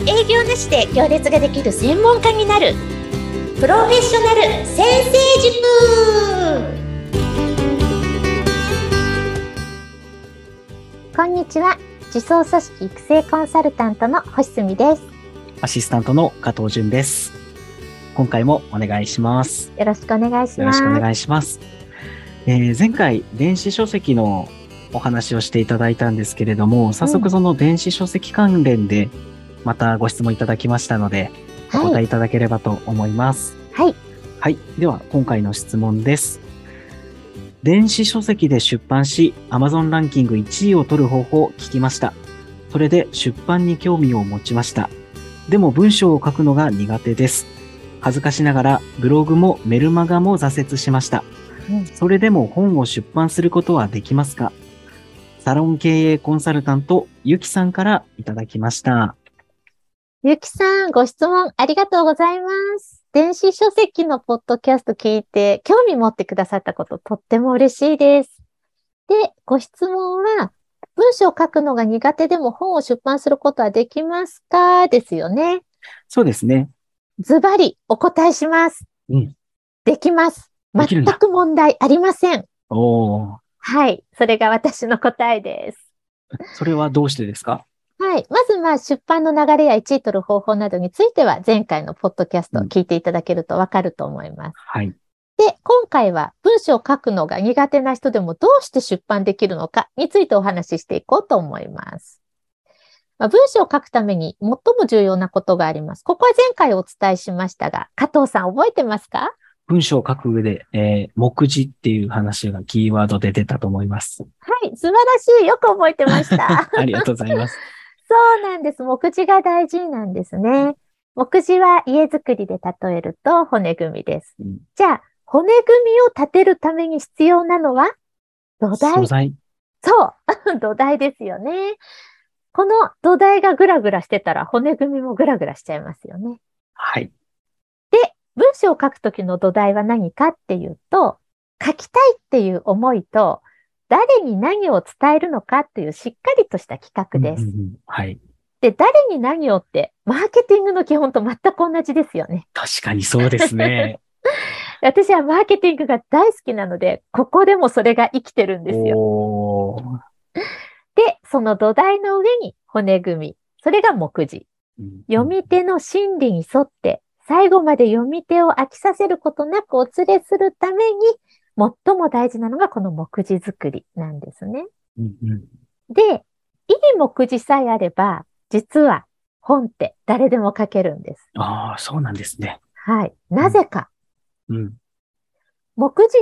営業なしで行列ができる専門家になるプロフェッショナル先生塾。こんにちは。自走組織育成コンサルタントの星澄です。 アシスタントの加藤純です。今回もお願いします。 よろしくお願いします。 よろしくお願いします。前回電子書籍のお話をしていただいたんですけれども、早速その電子書籍関連でまたご質問いただきましたので、お答えいただければと思います。 はい。 はい。では今回の質問です。電子書籍で出版し、Amazon ランキング1位を取る方法を聞きました。それで出版に興味を持ちました。でも文章を書くのが苦手です。恥ずかしながらブログもメルマガも挫折しました。それでも本を出版することはできますか？サロン経営コンサルタント、ゆきさんからいただきました。 ゆきさん、ご質問ありがとうございます。電子書籍のポッドキャスト聞いて興味持ってくださったこととっても嬉しいです。で、ご質問は、文章を書くのが苦手でも本を出版することはできますかですよね。 そうですね。 ズバリお答えします。できます。全く問題ありません。はい。それが私の答えです。 それはどうしてですか？ はい。まず出版の流れや1位取る方法などについては前回のポッドキャストを聞いていただけるとわかると思います。 はい。 で、今回は文章を書くのが苦手な人でもどうして出版できるのかについてお話ししていこうと思います。文章を書くために最も重要なことがあります。ここは前回お伝えしましたが、加藤さん覚えてますか？ 文章を書く上で、目次っていう話がキーワードで出たと思います。 はい、素晴らしい。よく覚えてました。 ありがとうございます。 そうなんです。目次が大事なんですね。目次は家づくりで例えると骨組みです。じゃあ、骨組みを建てるために必要なのは土台。 素材。 そう。土台ですよね。この土台がグラグラしてたら骨組みもグラグラしちゃいますよね。 はい。 で、文章を書くときの土台は何かっていうと、書きたいっていう思いと、誰に何を伝えるのかっていうしっかりとした企画です。 はい。 で、誰に何をって、マーケティングの基本と全く同じですよね。 確かにそうですね。 私はマーケティングが大好きなので、ここでもそれが生きてるんですよ。で、その土台の上に骨組み。それが目次。読み手の心理に沿って、最後まで読み手を飽きさせることなくお連れするために、最も大事なのがこの目次作りなんですね。で、いい目次さえあれば、実は本って誰でも書けるんです。 ああ、そうなんですね。 はい。なぜか。目次って、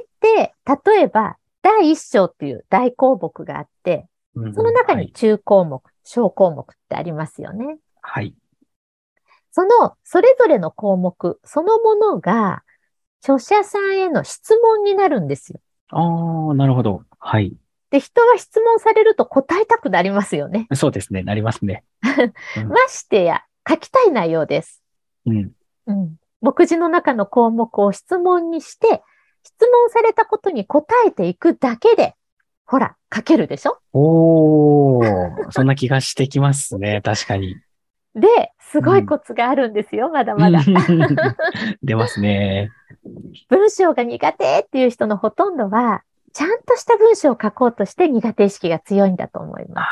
例えば、第一章っていう大項目があって、その中に中項目、小項目ってありますよね。 はい。 それぞれの項目、そのものが、著者さんへの質問になるんですよ。 ああ、なるほど。はい。 で、人は質問されると答えたくなりますよね。 そうですね。なりますね。 ましてや、書きたい内容です。目次の中の項目を質問にして、質問されたことに答えていくだけで、ほら、書けるでしょ？ そんな気がしてきますね。確かに。 で、すごいコツがあるんですよ、まだまだ。 出ますね。 文章が苦手っていう人のほとんどは、ちゃんとした文章を書こうとして苦手意識が強いんだと思います。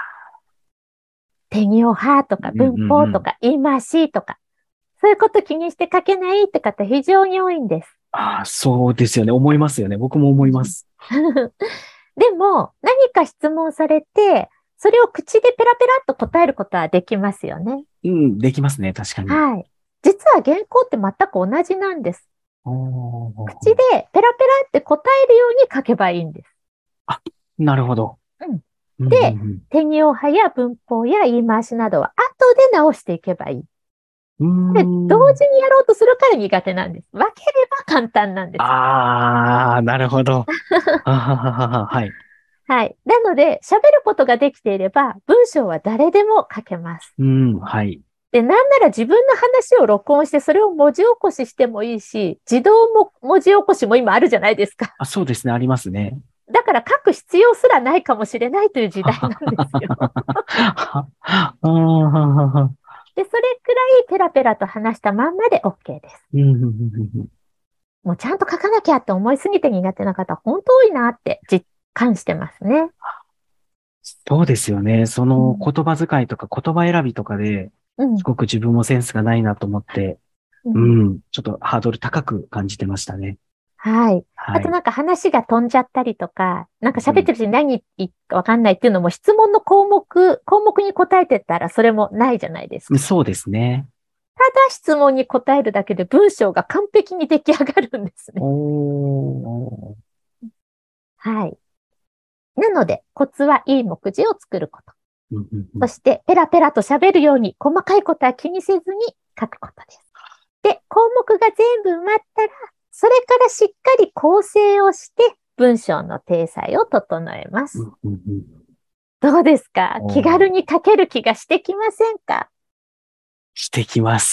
手行派とか文法とか言い回しとか、そういうこと気にして書けないって方非常に多いんです。 そうですよね。思いますよね。僕も思います。 でも、何か質問されて、それを口でペラペラっと答えることはできますよね。 できますね。確かに。 はい。実は原稿って全く同じなんです。口でペラペラって答えるように書けばいいんです。 なるほど。 で、手行派や文法や言い回しなどは後で直していけばいい。で、同時にやろうとするから苦手なんです。分ければ簡単なんです。 なるほど。はい。 はい。なので、喋ることができていれば、文章は誰でも書けます。 はい。 で、なんなら自分の話を録音して、それを文字起こししてもいいし、自動も文字起こしも今あるじゃないですか。 そうですね、ありますね。 だから書く必要すらないかもしれないという時代なんですよ。 で、それくらいペラペラと話したまんまで OK です。もうちゃんと書かなきゃって思いすぎて苦手な方、本当多いなって実感してますね。 そうですよね。その言葉遣いとか言葉選びとかで、すごく自分もセンスがないなと思って、ちょっとハードル高く感じてましたね。 はい。あとなんか話が飛んじゃったりとか、なんか喋ってるうちに何言ってわかんないっていうのも質問の項目に答えてったらそれもないじゃないですか。 そうですね。 ただ質問に答えるだけで文章が完璧に出来上がるんですね。はい。なので、コツはいい目次を作ること。そして、ペラペラと喋るように細かいことは気にせずに書くことです。で、項目が全部埋まったら、それからしっかり構成をして、文章の体裁を整えます。どうですか？気軽に書ける気がしてきませんか？ してきます。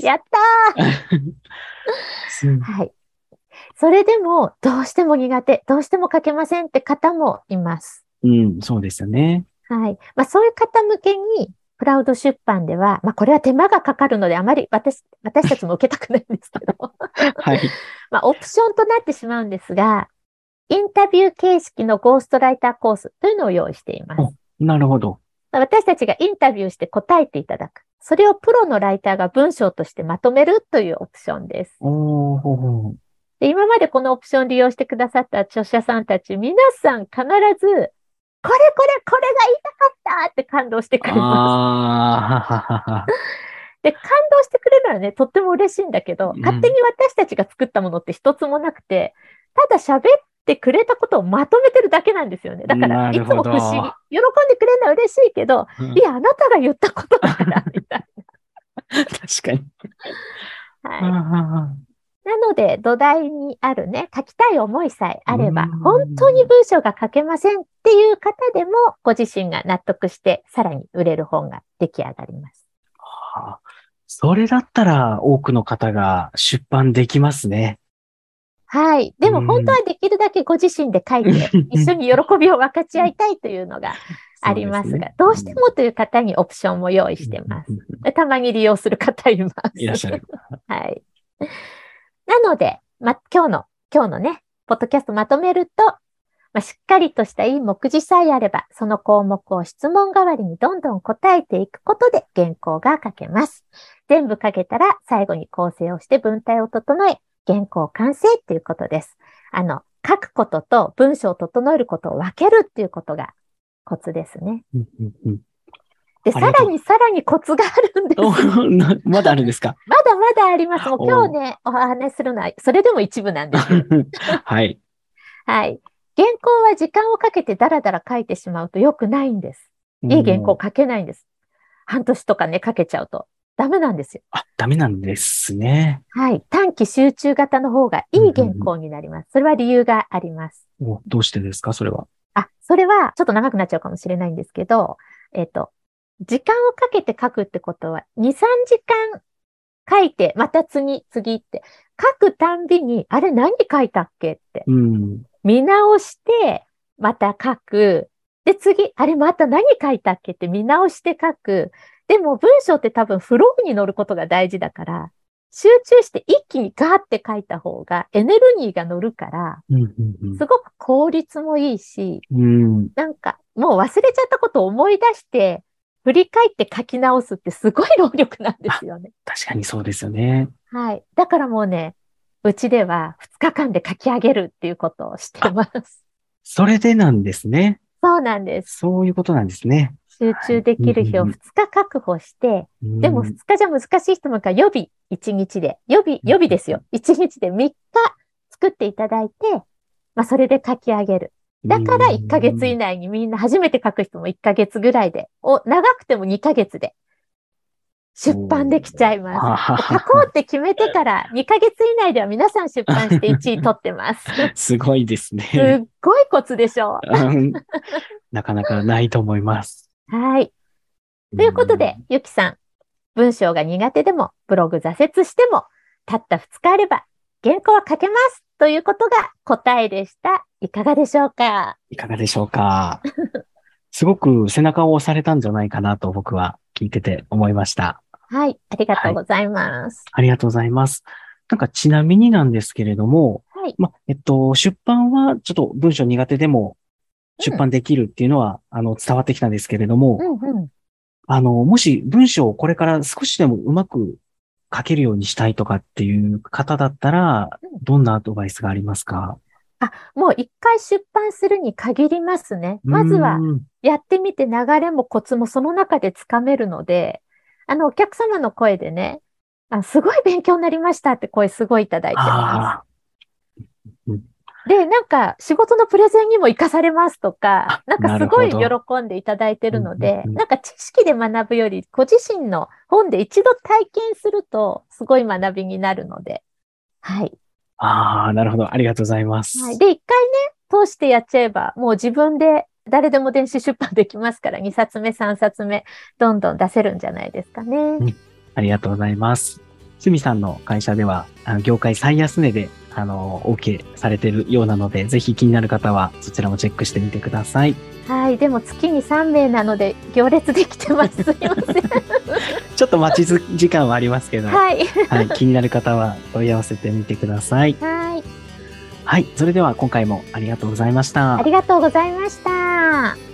やったーはい。それでも、どうしても苦手、どうしても書けませんって方もいます。 そうですよね。 はい。そういう方向けに、クラウド出版では、これは手間がかかるので、あまり私たちも受けたくないんですけど。 はい。 オプションとなってしまうんですが、インタビュー形式のゴーストライターコースというのを用意しています。 なるほど。 私たちがインタビューして答えていただく。それをプロのライターが文章としてまとめるというオプションです。で、今までこのオプションを利用してくださった著者さんたち、皆さん必ず、これが言いたかったって感動してくれます。で、感動してくれるのはね、とっても嬉しいんだけど、勝手に私たちが作ったものって一つもなくて、ただ喋ってくれたことをまとめてるだけなんですよね。だから、いつも不思議。喜んでくれるのは嬉しいけど、いや、あなたが言ったことだから、みたいな。確かに。 はい。なので、土台にあるね、書きたい思いさえあれば、本当に文章が書けませんっていう方でも、ご自身が納得して、さらに売れる本が出来上がります。 それだったら多くの方が出版できますね。 はい。でも本当はできるだけご自身で書いて、一緒に喜びを分かち合いたいというのがありますが、どうしてもという方にオプションも用意してます。たまに利用する方います。 いらっしゃる。 はい。なので、今日のね、ポッドキャストまとめると、しっかりとしたいい目次さえあれば、その項目を質問代わりにどんどん答えていくことで原稿が書けます。全部書けたら最後に構成をして文体を整え、原稿完成っていうことです。書くことと文章を整えることを分けるっていうことがコツですね。で、さらにコツがあるんです。 まだあるんですか？ まだまだあります。もう今日ね、お話しするのは、それでも一部なんですよ。 はい。 はい。原稿は時間をかけてダラダラ書いてしまうと良くないんです。いい原稿書けないんです。半年とかね、かけちゃうとダメなんですよ。 ダメなんですね。 はい。短期集中型の方がいい原稿になります。それは理由があります。 どうしてですか、それは。 それはちょっと長くなっちゃうかもしれないんですけど、時間をかけて書くってことは、2、3時間書いて、また次って、書くたんびに、あれ何書いたっけって、見直して、また書く。で、次、あれまた何書いたっけって見直して書く。でも文章って多分フローに乗ることが大事だから、集中して一気にガーって書いた方がエネルギーが乗るから、すごく効率もいいし、なんかもう忘れちゃったことを思い出して、振り返って書き直すってすごい労力なんですよね。 確かにそうですよね。 はい。だからもうね、うちでは2日間で書き上げるっていうことをしてます。 それでなんですね。 そうなんです。 そういうことなんですね。 集中できる日を2日確保して、でも2日じゃ難しい人もいるから予備1日で、予備ですよ。1日で3日作っていただいて、それで書き上げる。だから1ヶ月以内にみんな初めて書く人も1ヶ月ぐらいで、長くても2ヶ月で出版できちゃいます。書こうって決めてから2ヶ月以内では皆さん出版して1位取ってます。 すごいですね。 すっごいコツでしょう。 なかなかないと思います。 はい。ということで、ゆきさん、文章が苦手でも、ブログ挫折しても、たった2日あれば、原稿は書けますということが答えでした。いかがでしょうか？ いかがでしょうか？すごく背中を押されたんじゃないかなと僕は聞いてて思いました。 はい。ありがとうございます。 ありがとうございます。なんかちなみになんですけれども、 はい。 出版はちょっと文章苦手でも出うん。 版できるっていうのは、伝わってきたんですけれども、 うんうん。 もし文章をこれから少しでもうまく書けるようにしたいとかっていう方だったら、 うん。 どんなアドバイスがありますか？ あ、もう一回出版するに限りますね。 うーまずはん。 やってみて流れもコツもその中でつかめるので、お客様の声でね、すごい勉強になりましたって声すごいいただいてます。 ああ、うん。 で、なんか仕事のプレゼンにも活かされますとか、 あ、 なんかなるすごい喜ほど。 んでいただいてうんうんるので、 うん。 なんか知識で学ぶより、ご自身の本で一度体験すると、すごい学びになるので、はい。 ああ、なるほど。ありがとうございまはい。 す。 で、一回ね、通してやっちゃえば、もう自分で誰でも電子出版できますから、2冊目、3冊目、どんどん出せるんじゃないですかね。 うん。ありがとうございます。すみさんの会社では、業界最安値で、OK されているようなので、ぜひ気になる方はそちらもチェックしてみてください。 はい。でも月に3名なので、行列できてます。すいません。 ちょっと待ち時間はありますけど、 はい。 はい、気になる方は問い合わせてみてください。 はい。 はい、それでは今回もありがとうございました。 ありがとうございました。